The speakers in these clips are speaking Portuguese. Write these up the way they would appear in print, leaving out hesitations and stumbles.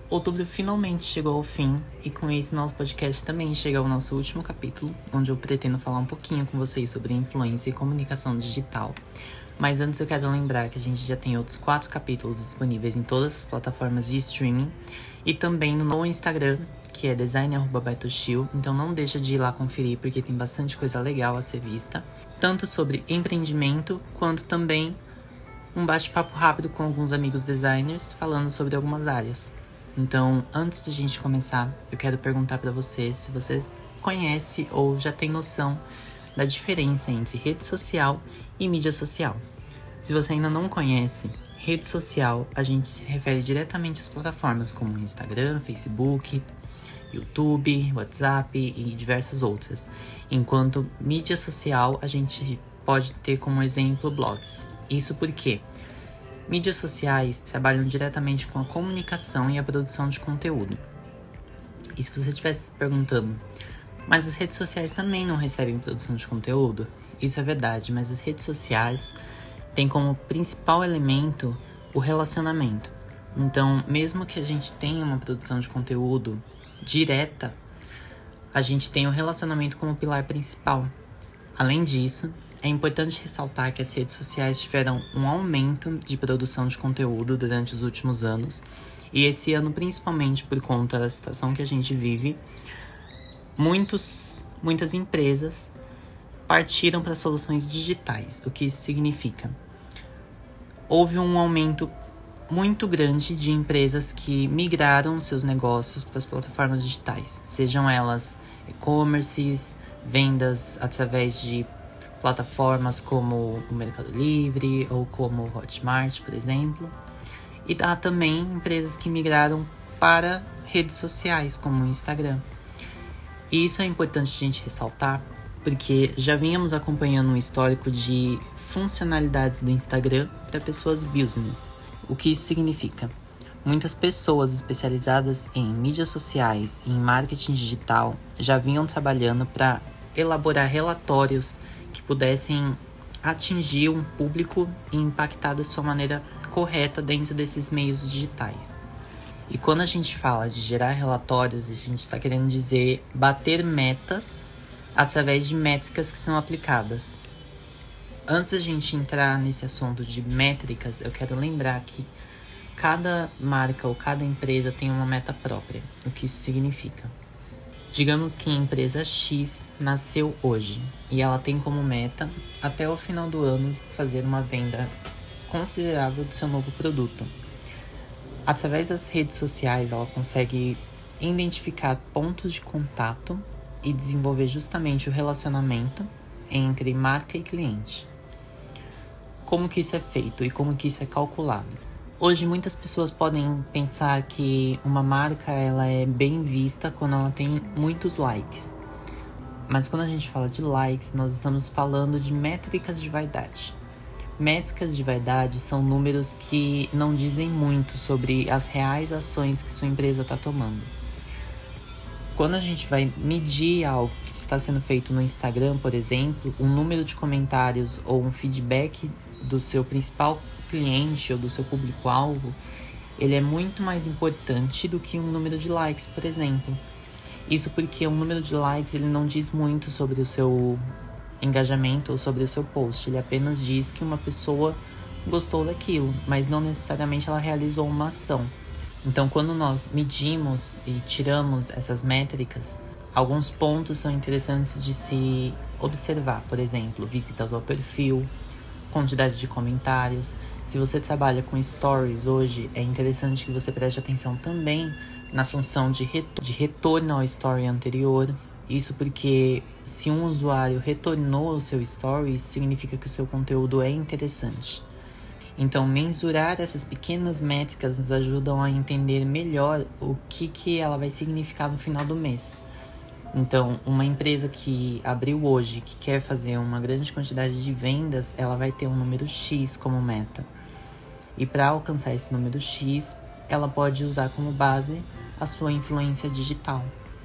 Outubro finalmente chegou ao fim e com isso nosso podcast também chega ao nosso último capítulo, onde eu pretendo falar um pouquinho com vocês sobre influência e comunicação digital. Mas antes eu quero lembrar que a gente já tem outros 4 capítulos disponíveis em todas as plataformas de streaming e também no Instagram, que é design@baitoshio, então não deixa de ir lá conferir porque tem bastante coisa legal a ser vista, tanto sobre empreendimento quanto também um bate-papo rápido com alguns amigos designers falando sobre algumas áreas. Então, antes de a gente começar, eu quero perguntar para você se você conhece ou já tem noção da diferença entre rede social e mídia social. Se você ainda não conhece, rede social a gente se refere diretamente às plataformas como Instagram, Facebook, YouTube, WhatsApp e diversas outras. Enquanto mídia social a gente pode ter como exemplo blogs. Isso porque mídias sociais trabalham diretamente com a comunicação e a produção de conteúdo. E se você estivesse se perguntando, mas as redes sociais também não recebem produção de conteúdo? Isso é verdade, mas as redes sociais têm como principal elemento o relacionamento. Então, mesmo que a gente tenha uma produção de conteúdo direta, a gente tem o relacionamento como pilar principal. Além disso, é importante ressaltar que as redes sociais tiveram um aumento de produção de conteúdo durante os últimos anos, e esse ano, principalmente por conta da situação que a gente vive, muitas empresas partiram para soluções digitais. O que isso significa? Houve um aumento muito grande de empresas que migraram seus negócios para as plataformas digitais, sejam elas e-commerces, vendas através de plataformas como o Mercado Livre ou como o Hotmart, por exemplo. E há também empresas que migraram para redes sociais, como o Instagram. E isso é importante a gente ressaltar, porque já vínhamos acompanhando um histórico de funcionalidades do Instagram para pessoas business. O que isso significa? Muitas pessoas especializadas em mídias sociais e em marketing digital já vinham trabalhando para elaborar relatórios que pudessem atingir um público e impactar da sua maneira correta dentro desses meios digitais. E quando a gente fala de gerar relatórios, a gente está querendo dizer bater metas através de métricas que são aplicadas. Antes da gente entrar nesse assunto de métricas, eu quero lembrar que cada marca ou cada empresa tem uma meta própria. O que isso significa? Digamos que a empresa X nasceu hoje e ela tem como meta, até o final do ano, fazer uma venda considerável do seu novo produto. Através das redes sociais, ela consegue identificar pontos de contato e desenvolver justamente o relacionamento entre marca e cliente. Como que isso é feito e como que isso é calculado? Hoje muitas pessoas podem pensar que uma marca ela é bem vista quando ela tem muitos likes. Mas quando a gente fala de likes, nós estamos falando de métricas de vaidade. Métricas de vaidade são números que não dizem muito sobre as reais ações que sua empresa está tomando. Quando a gente vai medir algo que está sendo feito no Instagram, por exemplo, um número de comentários ou um feedback do seu principal cliente ou do seu público-alvo, ele é muito mais importante do que um número de likes, por exemplo. Isso porque um número de likes ele não diz muito sobre o seu engajamento ou sobre o seu post. Ele apenas diz que uma pessoa gostou daquilo, mas não necessariamente ela realizou uma ação. Então, quando nós medimos e tiramos essas métricas, alguns pontos são interessantes de se observar. Por exemplo, visitas ao perfil, quantidade de comentários. Se você trabalha com stories hoje, é interessante que você preste atenção também na função de retorno ao story anterior. Isso porque se um usuário retornou ao seu story, isso significa que o seu conteúdo é interessante. Então, mensurar essas pequenas métricas nos ajudam a entender melhor o que ela vai significar no final do mês. Então, uma empresa que abriu hoje, que quer fazer uma grande quantidade de vendas, ela vai ter um número X como meta. E para alcançar esse número X, ela pode usar como base a sua influência digital.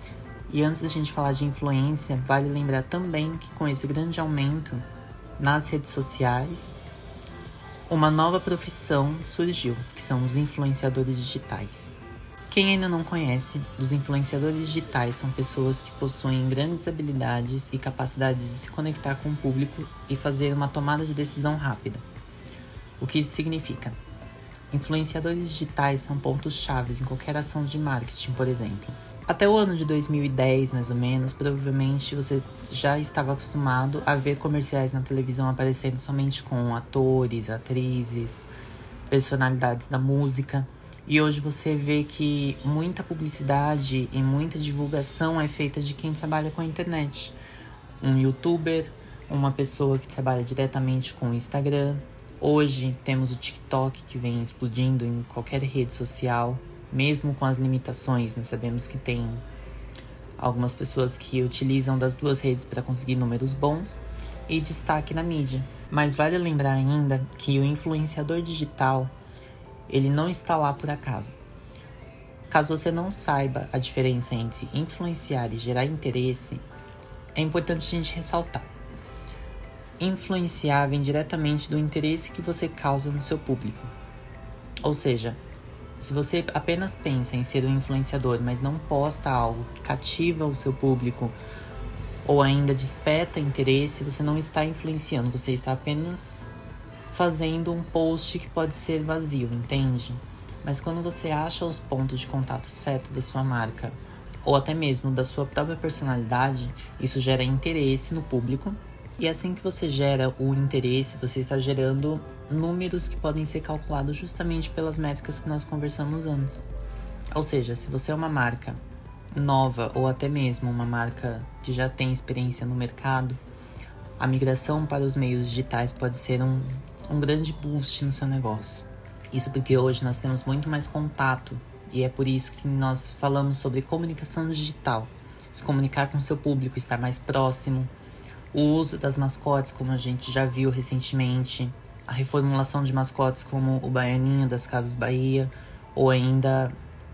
E antes da gente falar de influência, vale lembrar também que com esse grande aumento nas redes sociais, uma nova profissão surgiu, que são os influenciadores digitais. Quem ainda não conhece, os influenciadores digitais são pessoas que possuem grandes habilidades e capacidades de se conectar com o público e fazer uma tomada de decisão rápida. O que isso significa? Influenciadores digitais são pontos-chave em qualquer ação de marketing, por exemplo. Até o ano de 2010, mais ou menos, provavelmente você já estava acostumado a ver comerciais na televisão aparecendo somente com atores, atrizes, personalidades da música. E hoje você vê que muita publicidade e muita divulgação é feita de quem trabalha com a internet. Um youtuber, uma pessoa que trabalha diretamente com o Instagram. Hoje temos o TikTok, que vem explodindo em qualquer rede social, mesmo com as limitações. Nós sabemos que tem algumas pessoas que utilizam das duas redes para conseguir números bons e destaque na mídia. Mas vale lembrar ainda que o influenciador digital, ele não está lá por acaso. Caso você não saiba a diferença entre influenciar e gerar interesse, é importante a gente ressaltar. Influenciar vem diretamente do interesse que você causa no seu público. Ou seja, se você apenas pensa em ser um influenciador, mas não posta algo que cativa o seu público ou ainda desperta interesse, você não está influenciando, você está apenas fazendo um post que pode ser vazio, entende? Mas quando você acha os pontos de contato certo da sua marca, ou até mesmo da sua própria personalidade, isso gera interesse no público. E assim que você gera o interesse, você está gerando números que podem ser calculados justamente pelas métricas que nós conversamos antes. Ou seja, se você é uma marca nova ou até mesmo uma marca que já tem experiência no mercado, a migração para os meios digitais pode ser um grande boost no seu negócio. Isso porque hoje nós temos muito mais contato e é por isso que nós falamos sobre comunicação digital. Se comunicar com o seu público, estar mais próximo, o uso das mascotes, como a gente já viu recentemente, a reformulação de mascotes como o Baianinho das Casas Bahia, ou ainda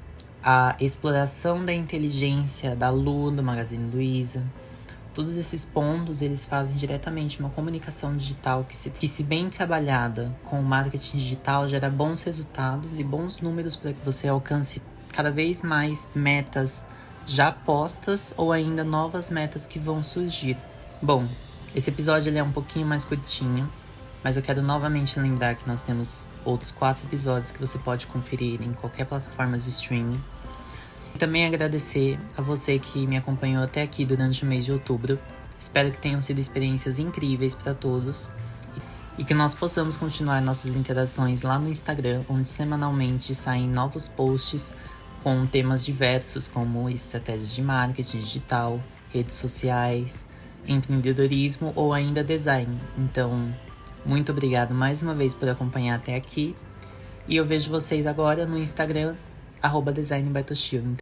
a exploração da inteligência da Lu, do Magazine Luiza. Todos esses pontos, eles fazem diretamente uma comunicação digital que se bem trabalhada com o marketing digital, gera bons resultados e bons números para que você alcance cada vez mais metas já postas ou ainda novas metas que vão surgir. Bom, esse episódio ele é um pouquinho mais curtinho, mas eu quero novamente lembrar que nós temos outros 4 episódios que você pode conferir em qualquer plataforma de streaming. E também agradecer a você que me acompanhou até aqui durante o mês de outubro. Espero que tenham sido experiências incríveis para todos e que nós possamos continuar nossas interações lá no Instagram, onde semanalmente saem novos posts com temas diversos como estratégias de marketing digital, redes sociais, empreendedorismo ou ainda design. Então, muito obrigado mais uma vez por acompanhar até aqui e eu vejo vocês agora no Instagram @designbytoshio.